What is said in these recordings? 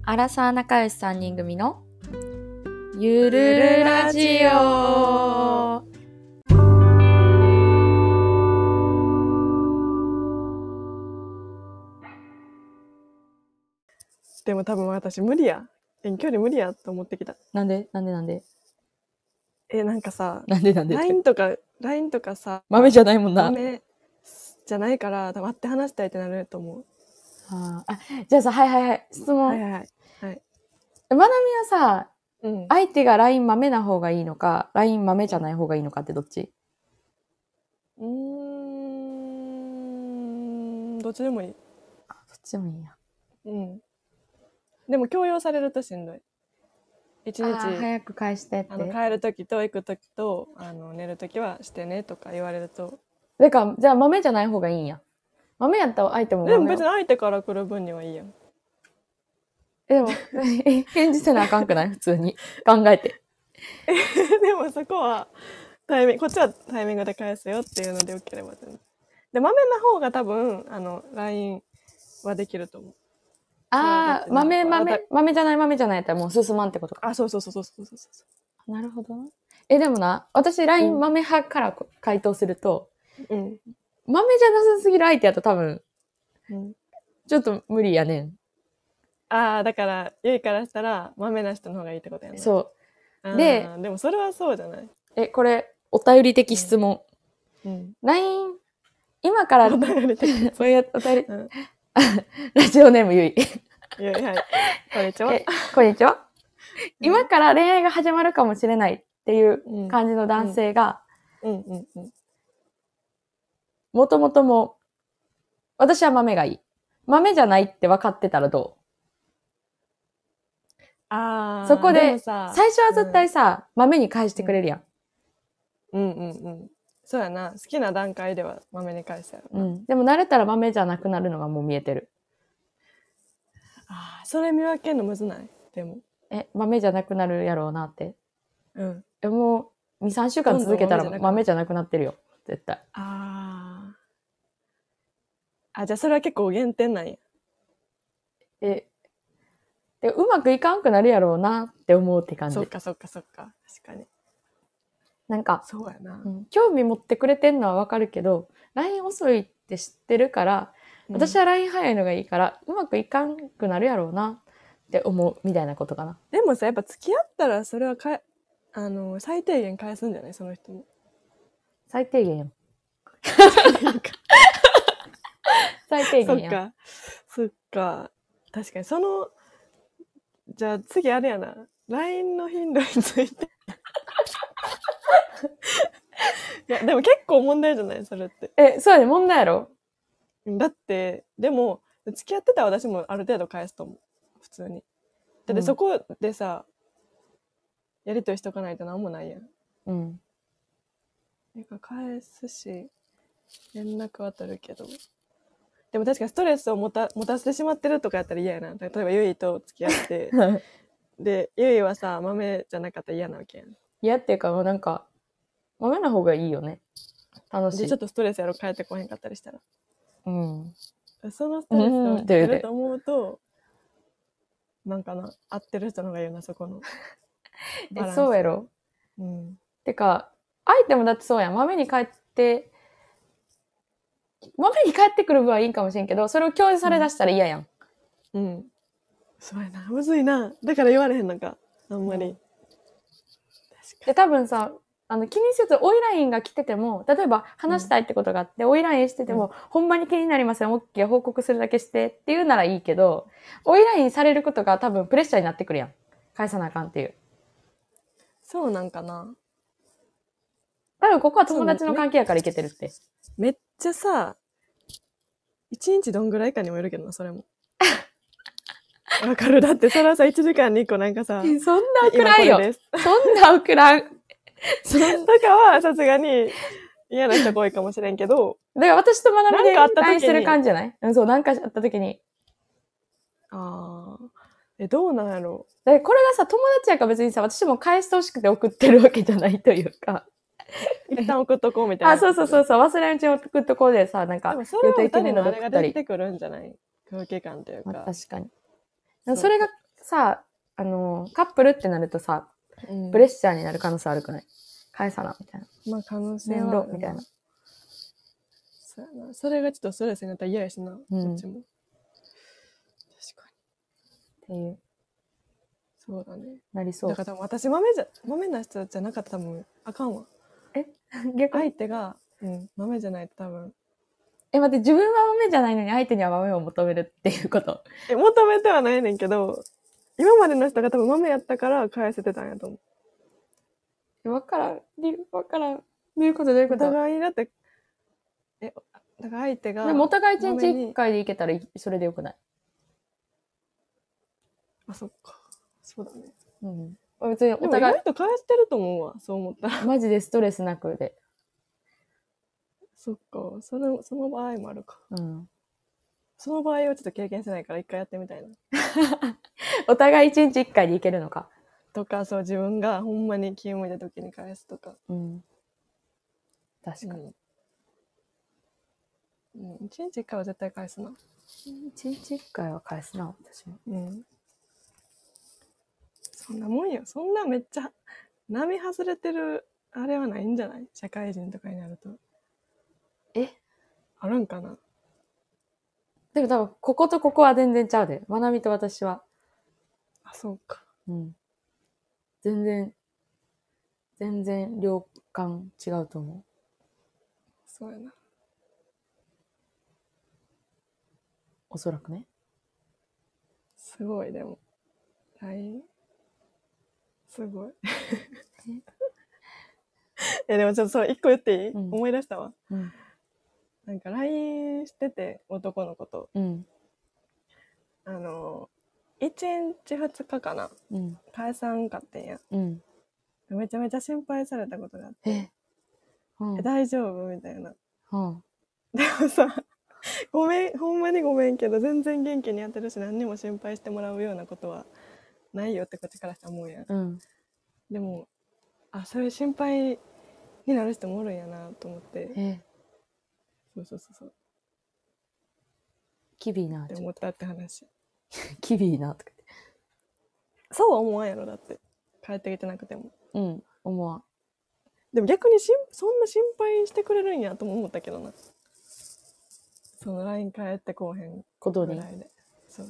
アラサー仲良し3人組のゆるラジオ。 でも多分私無理や。遠距離無理やと思ってきた。 なんでなんかさ、 なんで LINE とかさ、 豆じゃないもんな。 豆じゃないから、多分会って話したいってなると思う。 じゃあさ、はい質問。 はい。 まなみはさ、 うん。 相手が LINE 豆な方がいいのか、LINE 豆じゃない方がいいのかってどっち？ どっちでもいい。 どっちでもいいや。 うん。でも強要されるとしんどい。一日早く返してって。 帰るときと行くときと寝るときはしてねとか言われると。 じゃあ豆じゃない方がいいんや。豆やったら相手も豆。 でも別に相手から来る分にはいいやん。 でも返事せなあかんくない？普通に考えて。 でもそこはこっちはタイミングで返すよっていうのでよければ全然。で、豆な方が多分LINE はできると思う。 豆じゃないやったらもう進まんってことか。 そう。 なるほど。でもな、私 LINE 豆派から回答すると、豆じゃなさすぎる相手やと多分、ちょっと無理やねん。 だから、ゆいからしたら豆な人の方がいいってことやな。 そう。 でもそれはそうじゃない？ これ、お便り的質問。LINE、今から、お便り的質問。ラジオネームゆい。 はい。こんにちは。 こんにちは。今から恋愛が始まるかもしれないっていう感じの男性が、もともとも、私は豆がいい。豆じゃないって分かってたらどう？そこで、最初は絶対さ、豆に返してくれるやん。 そうやな。好きな段階では豆に返すやろな。 でも慣れたら豆じゃなくなるのがもう見えてる。 それ見分けんのむずない？でも。 豆じゃなくなるやろうなって。もう、2、3週間続けたら豆じゃなくなってるよ。絶対。 じゃあそれは結構減点なんや。 で、うまくいかんくなるやろうなって思うって感じ。 そっか。確かに。 なんか、 そうやな。 興味持ってくれてんのはわかるけど、LINE 遅いって知ってるから、私は LINE 早いのがいいから、うまくいかんくなるやろうなって思うみたいなことかな。 でもさ、やっぱ付き合ったらそれは最低限返すんじゃない？その人も。 最低限やん。最低限やん。 そっか。確かにじゃあ次あれやな。LINE の頻度について。いや、でも結構問題じゃない？それって。 そうやね、問題やろ？ だって、でも、付き合ってたら私もある程度返すと思う。普通に。だってそこでさ、やりとりしとかないとなんもないやん。返すし、連絡は取るけど。でも確かにストレスを持たせてしまってるとかやったら嫌やな。例えばゆいと付き合って、で、ゆいはさ、豆じゃなかったら嫌なわけやん。 嫌っていうか、もうなんか、豆な方がいいよね。楽しい。 で、ちょっとストレスやろ、帰ってこへんかったりしたら。そのストレスをやると思うと、なんかな、合ってる人の方がいいよな、そこの。 そうやろ？てか、相手もだってそうやん。豆に帰ってくる分はいいかもしれんけど、それを共有されだしたら嫌やん。 そうやな。むずいな。だから言われへんのか。あんまり。 で、多分さ、気にせず、オイラインが来てても、例えば話したいってことがあって、オイラインしてても、ほんまに気になりません。OK、報告するだけしてっていうならいいけど、オイラインされることが多分プレッシャーになってくるやん。返さなあかんっていう。 そうなんかな。 多分ここは友達の関係やからいけてるって。 めっちゃさ、1日どんぐらいかにもよるけどな、それも。わかる。だってそれはさ、1時間に1個なんかさ。 そんな送らんよ。そんな送らん。 とかはさすがに嫌な人が多いかもしれんけど。 だから私と学びで LINE してる感じじゃない？そう、なんかあった時に。 どうなんやろう。 これがさ、友達やから別にさ、私も返してほしくて送ってるわけじゃないというか。 一旦送っとこうみたいな。 そう。忘れないうちに送っとこうでさ、なんか、 予定記念のあれが出てくるんじゃない？空気感というか。 確かに。それがさ、カップルってなるとさ、プレッシャーになる可能性悪くない？返さな、みたいな。 まあ可能性は面倒みたいな。 そうやな。それがちょっとストレスになったら嫌やしな、こっちも。確かに。っていう。 そうだね。 なりそう。 だから多分私豆な人じゃなかったら多分あかんわ。 逆に相手が、豆じゃないと多分。 待って、自分は豆じゃないのに相手には豆を求めるっていうこと。 求めてはないねんけど、今までの人が多分豆やったから返せてたんやと思う。 わからん。どういうこと？ お互いだって、だから相手が。 でもお互い1日1回でいけたらそれでよくない？ あ、そっか。そうだね。 うん。別にお互い。でも意外と返してると思うわ、そう思ったら。 マジでストレスなくで。 そっか。その場合もあるか。 うん。 その場合はちょっと経験してないから一回やってみたいな。 お互い1日1回でいけるのか。 とか、そう、自分がほんまに気を向いた時に返すとか。 うん。確かに。 1日1回は絶対返すな。 1日1回は返すな、私も。 そんなもんよ。そんなめっちゃ、並外れてる、あれはないんじゃない？社会人とかになると。あるんかな？ でも多分、こことここは全然ちゃうで。まなみと私は。 あ、そうか。 うん。全然、量感違うと思う。 そうやな。 おそらくね。 すごい、でも。LINE？すごい。でもちょっとそう、一個言っていい？思い出したわ。なんか LINE してて、男の子と。1日2日かな。返さんかってんや。めちゃめちゃ心配されたことがあって。大丈夫？みたいな。でもさ、ごめん、ほんまにごめんけど、全然元気にやってるし、何にも心配してもらうようなことはないよってこっちからしたら思うやん。でも、そういう心配になる人もおるんやなと思って。そう。 キビーなって思ったって話。 キビーなとか言って。 そうは思わんやろ、だって。帰ってきてなくても。 思わん。 でも逆にそんな心配してくれるんやとも思ったけどな。その LINE 帰ってこうへんことに。 そう。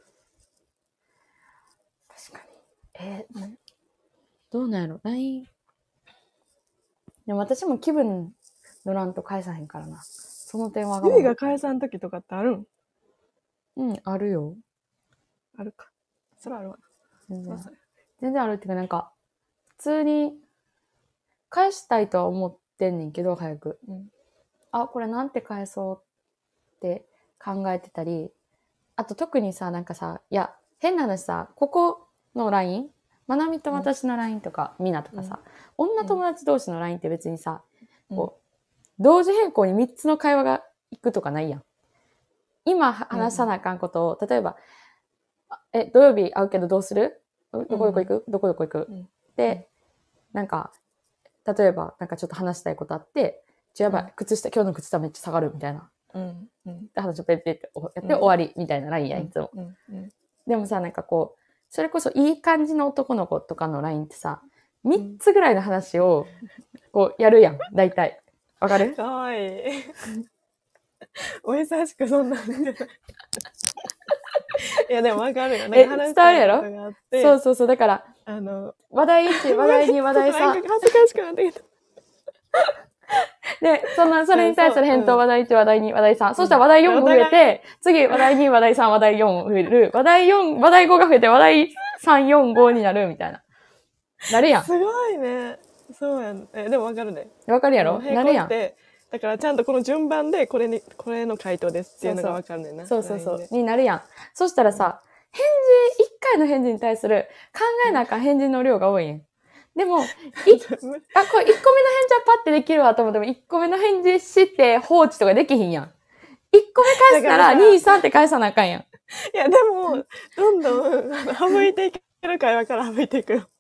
確かに。どうなんやろ ?LINE。でも私も気分乗らんと返さへんからな。その点はゆいが返さん時とかってあるん？ あるよ。 あるか。それあるわな。 全然あるっていうかなんか、普通に返したいとは思ってんねんけど、早く。これなんて返そうって考えてたり、あと特にさ、なんかさ、いや、変な話さ、ここの LINE、まなみと私の LINE とか、みなとかさ、女友達同士の LINE って別にさ、こう、同時並行に3つの会話が行くとかないやん。今話さなあかんことを、例えば、土曜日会うけどどうする？どこどこ行く？どこどこ行く？で、なんか、例えば、なんかちょっと話したいことあって、やばい、今日の靴下めっちゃ下がるみたいな。で、話をペッペッってやって終わりみたいな LINE や、いつも。でもさ、なんかこう、それこそいい感じの男の子とかの LINE ってさ、3つぐらいの話を、こう、やるやん、大体。わかる？ かわいい。お優しくそんなんで。いや、でもわかるよ。 伝わるやろ？そう。だから、話題1、話題2、話題3。 恥ずかしくなってきた。 で、それに対する返答、話題1、話題2、話題3。そしたら話題4も増えて、次、話題2、話題3、話題4も増える。話題5が増えて、話題3、4、5になるみたいな。なるやん。 すごいね。そうやん。でもわかるね。 わかるやろ？なるやん。 だからちゃんとこの順番でこれの回答ですっていうのがわかるねんな。 そう。になるやん。そしたらさ、1回の返事に対する考えなあかん返事の量が多いん。でも、これ1個目の返事はパッてできるわと思っても、1個目の返事して放置とかできひんやん。1個目返すなら2、3って返さなあかんやん。いや、でも、どんどん省いていける会話から省いていくよ。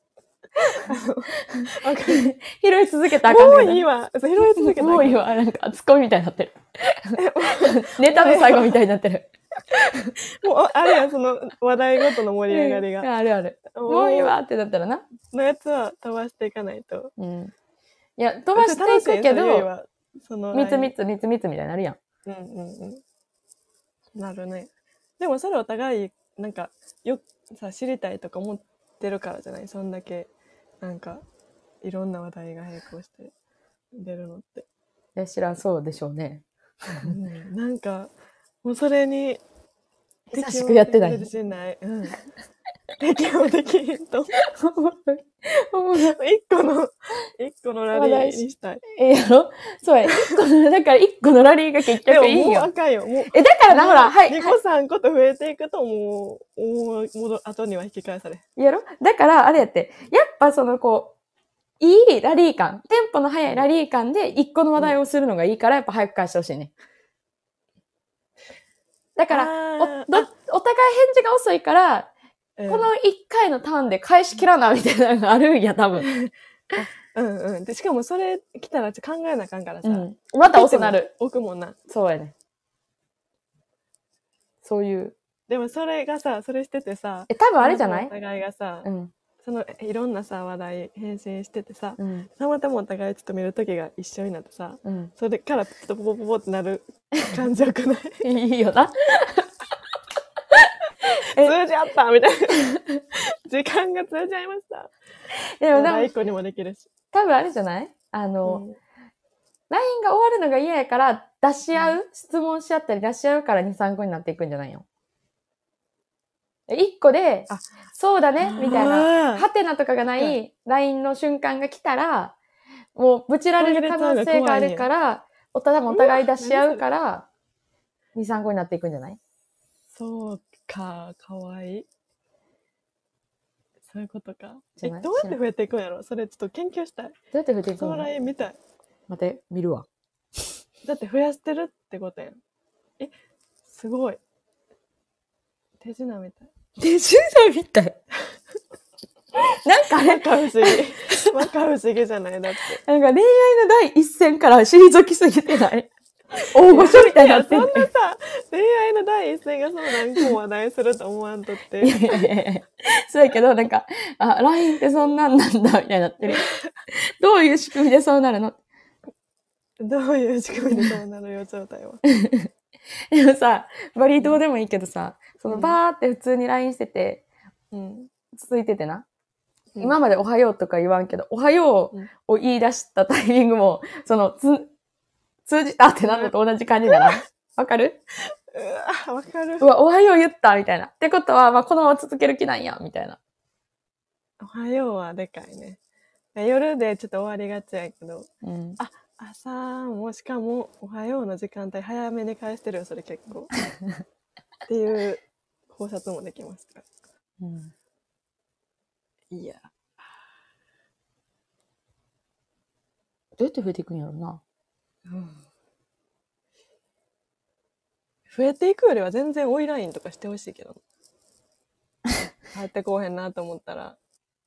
拾い続けたらあかん。 もういいわ。拾い続けたらもういいわ。なんか、ツッコミみたいになってる。ネタの最後みたいになってる。 もう、あれや、その話題ごとの盛り上がりが。 あるある。もういいわってなったらな。 のやつは飛ばしていかないと。 うん。いや、飛ばしていくけど、みつみつみたいになるやん。 うんうんうん。なるね。でもそれお互い、なんか、知りたいとか思ってるからじゃない？そんだけ、なんか、いろんな話題が並行して出るのって。 いや、知らんそうでしょうね。 うん、なんか、もうそれに、 久しくやってない。 自信ない。うん。適応できんと。一個のラリーにしたい。 やろそうや。だから一個のラリーが結局いいよ。 もうあかんよ。もう。 だからな、ほら、はい。 2個3個と増えていくと、もう、後には引き返され。 やろだから、あれやって、やっぱそのいいラリー感、テンポの速いラリー感で一個の話題をするのがいいから、やっぱ早く返してほしいね。だから、お互い返事が遅いから、この一回のターンで返しきらな、みたいなのがあるんや、多分。 うんうん。で、しかもそれ来たら考えなあかんからさ。 また遅なる。 置くもんな。 そうやね。そういう。 でもそれがさ、それしててさ。 多分あれじゃない？ お互いがさ、そのいろんなさ、話題返信しててさ、たまたまお互いちょっと見るときが一緒になってさ、それからちょっとポポポポってなる感じよくない？ いいよな。 通じ合ったみたいな。時間が通じ合いました。でも一個にもできるし。 多分あれじゃない？LINE が終わるのが嫌やから出し合う、質問し合ったり出し合うから2、3個になっていくんじゃないよ。1個で、そうだね、みたいな、ハテナとかがない LINE の瞬間が来たら、もうぶちられる可能性があるから、お互い出し合うから、2、3個になっていくんじゃない？ そうか、かわいい。そういうことか。どうやって増えていくんやろ？それちょっと研究したい。どうやって増えていくの？ その LINE 見たい。 待って、見るわ。 だって増やしてるってことやん。すごい。手品みたい。 手品みたい。なんかね。 摩訶不思議。摩訶不思議じゃない？だって。 なんか恋愛の第一線から退きすぎてない？大御所みたいになってんねん。 そんなさ、恋愛の第一線がそう何個も話題すると思わんとって。 いやそうやけど、なんか、LINE ってそんなんなんだ、みたいになってる。どういう仕組みでそうなるの？ どういう仕組みでそうなるよ、状態は。 でもさ、バリどうでもいいけどさ、そのバーって普通に LINE してて、続いててな。今までおはようとか言わんけど、おはようを言い出したタイミングも、通じたってなるのと同じ感じだな。わかる？ わかる。 おはよう言ったみたいな。ってことは、まあ、このまま続ける気なんや、みたいな。 おはようはでかいね。夜でちょっと終わりがちやけど。朝もしかもおはようの時間帯早めに返してるよ、それ結構。っていう考察もできました。いや。 どうやって増えていくんやろうな。 増えていくよりは全然オイラインとかしてほしいけど。入ってこうへんなと思ったら。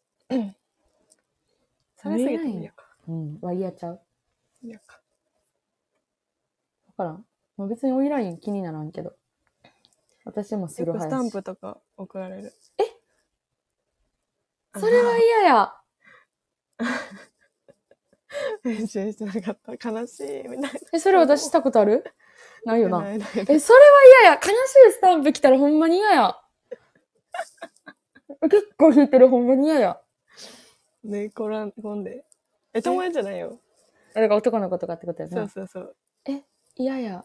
されすぎても嫌か。 割りやっちゃう。 嫌か。 わからん。まあ、別にオイライン気にならんけど。私もする派やし。スタンプとか送られる。 それは嫌や。 練習してなかった。悲しい、みたいな。それ私したことある？ないよな。 ないそれは嫌や。悲しいスタンプ来たらほんまに嫌や。結構引いてる、ほんまに嫌や。 ね、こんで。友達じゃないよ。 だから男の子とかってことやな。 そう。 嫌や。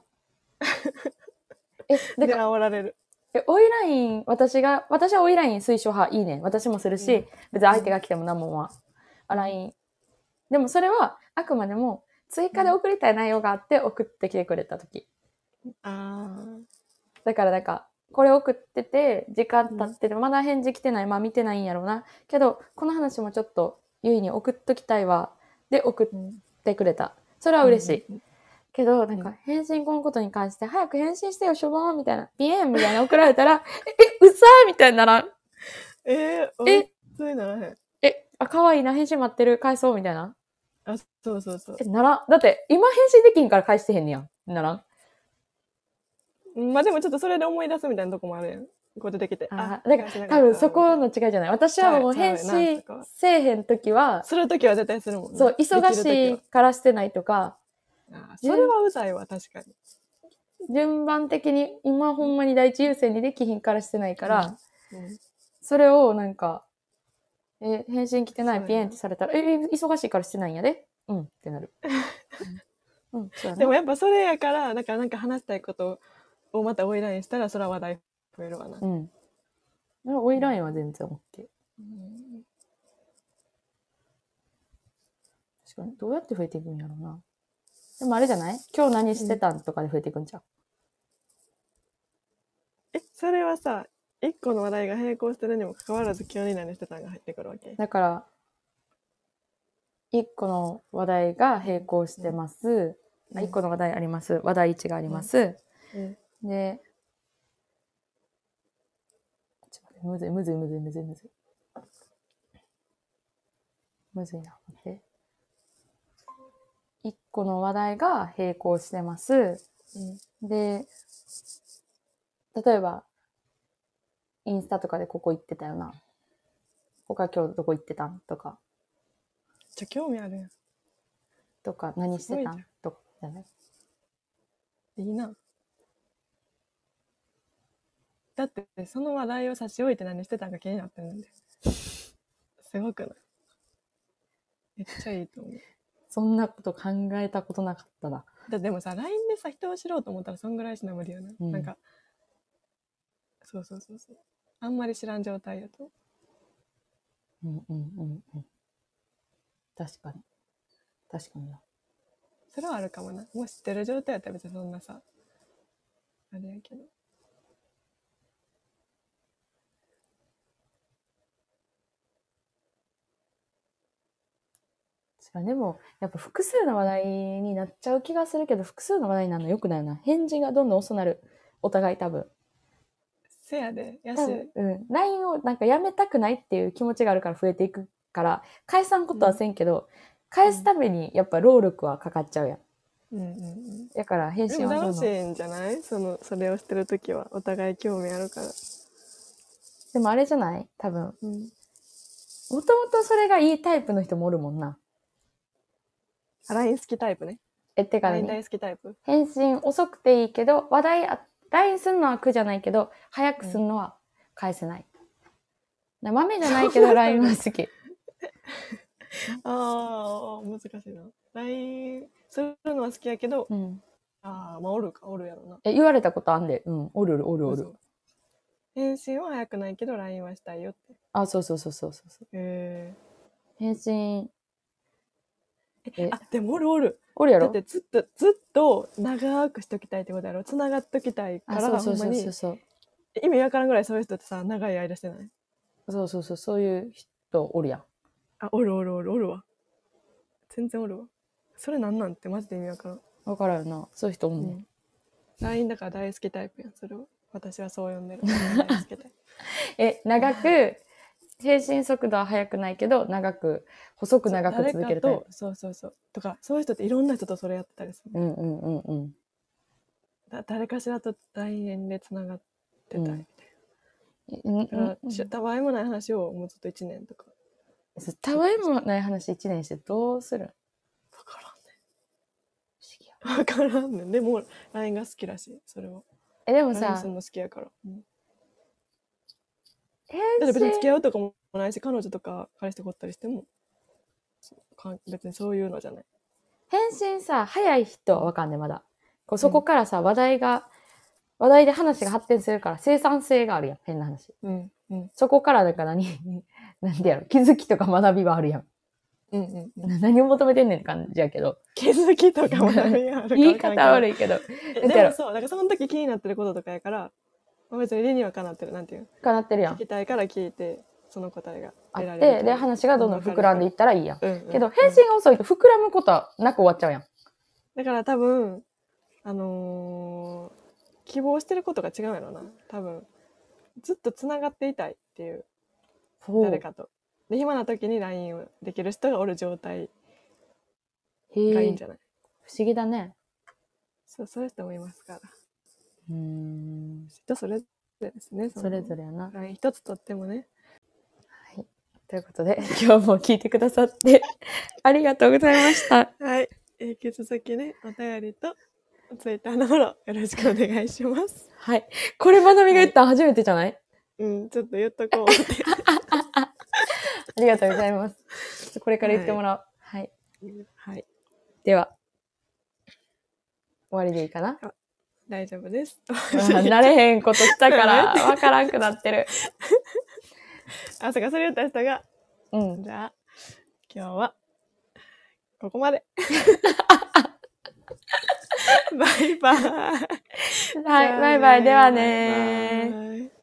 で、煽られる。 オイライン、私はオイライン推奨派、いいね。私もするし、別に相手が来ても何もLINE。でもそれは、あくまでも、追加で送りたい内容があって送ってきてくれたとき。だからなんか、これ送ってて、時間経ってて、まだ返事来てない。まあ見てないんやろうな。けど、この話もちょっと、ゆいに送っときたいわ。で、送ってくれた。それは嬉しい。けど、なんか、返信このことに関して、早く返信してよ、しょぼーんみたいな、ビエンみたいな送られたら、うさーみたいにならん。 普通にならへん。 可愛いな、返信待ってる、返そう、みたいな。 そう。 ならん。だって、今返信できんから返してへんねやん。ならん。 まあでもちょっっとそれで思い出すみたいなとこもあるやん。こう出てきて。 だから多分そこの違いじゃない。私はもう返信せえへんときは、 するときは絶対するもんね。 そう、忙しいからしてないとか。 それはうざいわ、確かに。 順番的に今ほんまに第一優先にできひんからしてないから、それをなんか、返信来てないピエンってされたら、忙しいからしてないんやで。うんってなる。 でもやっぱそれやから、なんか話したいことをまたオイラインしたら、それは話題増えるわな。 オイラインは全然 OK。確かに。どうやって増えていくんやろうな。でもあれじゃない？今日何してたんとかで増えていくんじゃん。 それはさ、一個の話題が並行してるにもかかわらず急に何してたんが入ってくるわけ？ だから、一個の話題が並行してます。一個の話題あります。話題1があります。で、むずい。むずいな。待って。一個の話題が並行してます。で、例えば、インスタとかでここ行ってたよな。他今日どこ行ってたんとか。 じゃ興味あるやん。 とか、何してたんとかじゃない？ いいな。だって、その話題を差し置いて何してたんか気になってるんで。すごくない？めっちゃいいと思う。 そんなこと考えたことなかったな。 でもさ、LINE でさ、人を知ろうと思ったらそんぐらいしな無理よな。なんか、そう。あんまり知らん状態やと。 確かにな。 それはあるかもな。もう知ってる状態やったら別にそんなさ、あれやけど。 でも、やっぱ複数の話題になっちゃう気がするけど、複数の話題になるのよくないよな。返事がどんどん遅なる。お互い多分。 せやで、やし。 LINE をなんかやめたくないっていう気持ちがあるから増えていくから、返さんことはせんけど、返すためにやっぱ労力はかかっちゃうやん。だから返信はでも楽しいんじゃない？それをしてるときはお互い興味あるから。 でもあれじゃない？多分。もともとそれがいいタイプの人もおるもんな。 LINE 好きタイプね。 てかね、 LINE 大好きタイプ。 返信遅くていいけど、LINE すんのは苦じゃないけど、早くすんのは返せない。豆じゃないけど LINE は好き。 難しいな。LINE するのは好きやけど、おるやろな。 言われたことあんで、おる。 返信は早くないけど LINE はしたいよって。 そう。返信。 でもおる。 おるやろ？ だってずっと長くしときたいってことやろ。繋がっときたいから、ほんまに。意味わからんぐらいそういう人ってさ、長い間してない？ そういう人おるやん。 おるわ。全然おるわ。それなんてマジで意味わからん。 わからんよな。そういう人おんねん。 LINE だから大好きタイプやん、それを。私はそう呼んでる。大好きタイプ。 長く、返信速度は速くないけど、細く長く続けるタイプ。 そう。とか、そういう人っていろんな人とそれやってたりする。誰かしらと LINE でつながってたいみたいな。だからたわいもない話をもうずっと1年とか。 たわいもない話1年してどうする？ わからんねん。でも LINE が好きらしい、それは。 でもさ、 LINE するの好きやから。だって別に付き合うとかもないし、彼女とか彼氏とかおったりしても別にそういうのじゃない。 返信さ、早い人はわかんねまだ。そこからさ、話題で話が発展するから生産性があるやん、変な話。そこからなんかなんでやろ、気づきとか学びはあるやん。何を求めてんねんって感じやけど。 気づきとか学びがある。 言い方悪いけど。 でもそう、なんかその時気になってることとかやから、別に理にはかなってる、なんていう。 かなってるやん。 聞きたいから聞いて、その答えが得られる。で、話がどんどん膨らんでいったらいいやん。けど、返信が遅いと膨らむことはなく終わっちゃうやん。 だから多分、希望してることが違うやろな。多分、ずっとつながっていたいっていう、誰かと。で、暇な時に LINE をできる人がおる状態がいいんじゃない？ 不思議だね。 そういう人もいますから。 人それぞれですね。 それぞれやな。 一つとってもね。 はい。ということで、今日も聞いてくださってありがとうございました。 はい。引き続きね、お便りとツイッターのフォローよろしくお願いします。 はい。これまなみが言ったの初めてじゃない？ うん、ちょっと言っとこうって。 ありがとうございます。これから言ってもらおう。はい。 はい。 では、終わりでいいかな？ 大丈夫です。 慣れへんことしたからわからんくなってる。 あ、そうか、それ言った人が、じゃあ、今日は、ここまで。バイバイ。 はい、バイバイ。ではねー。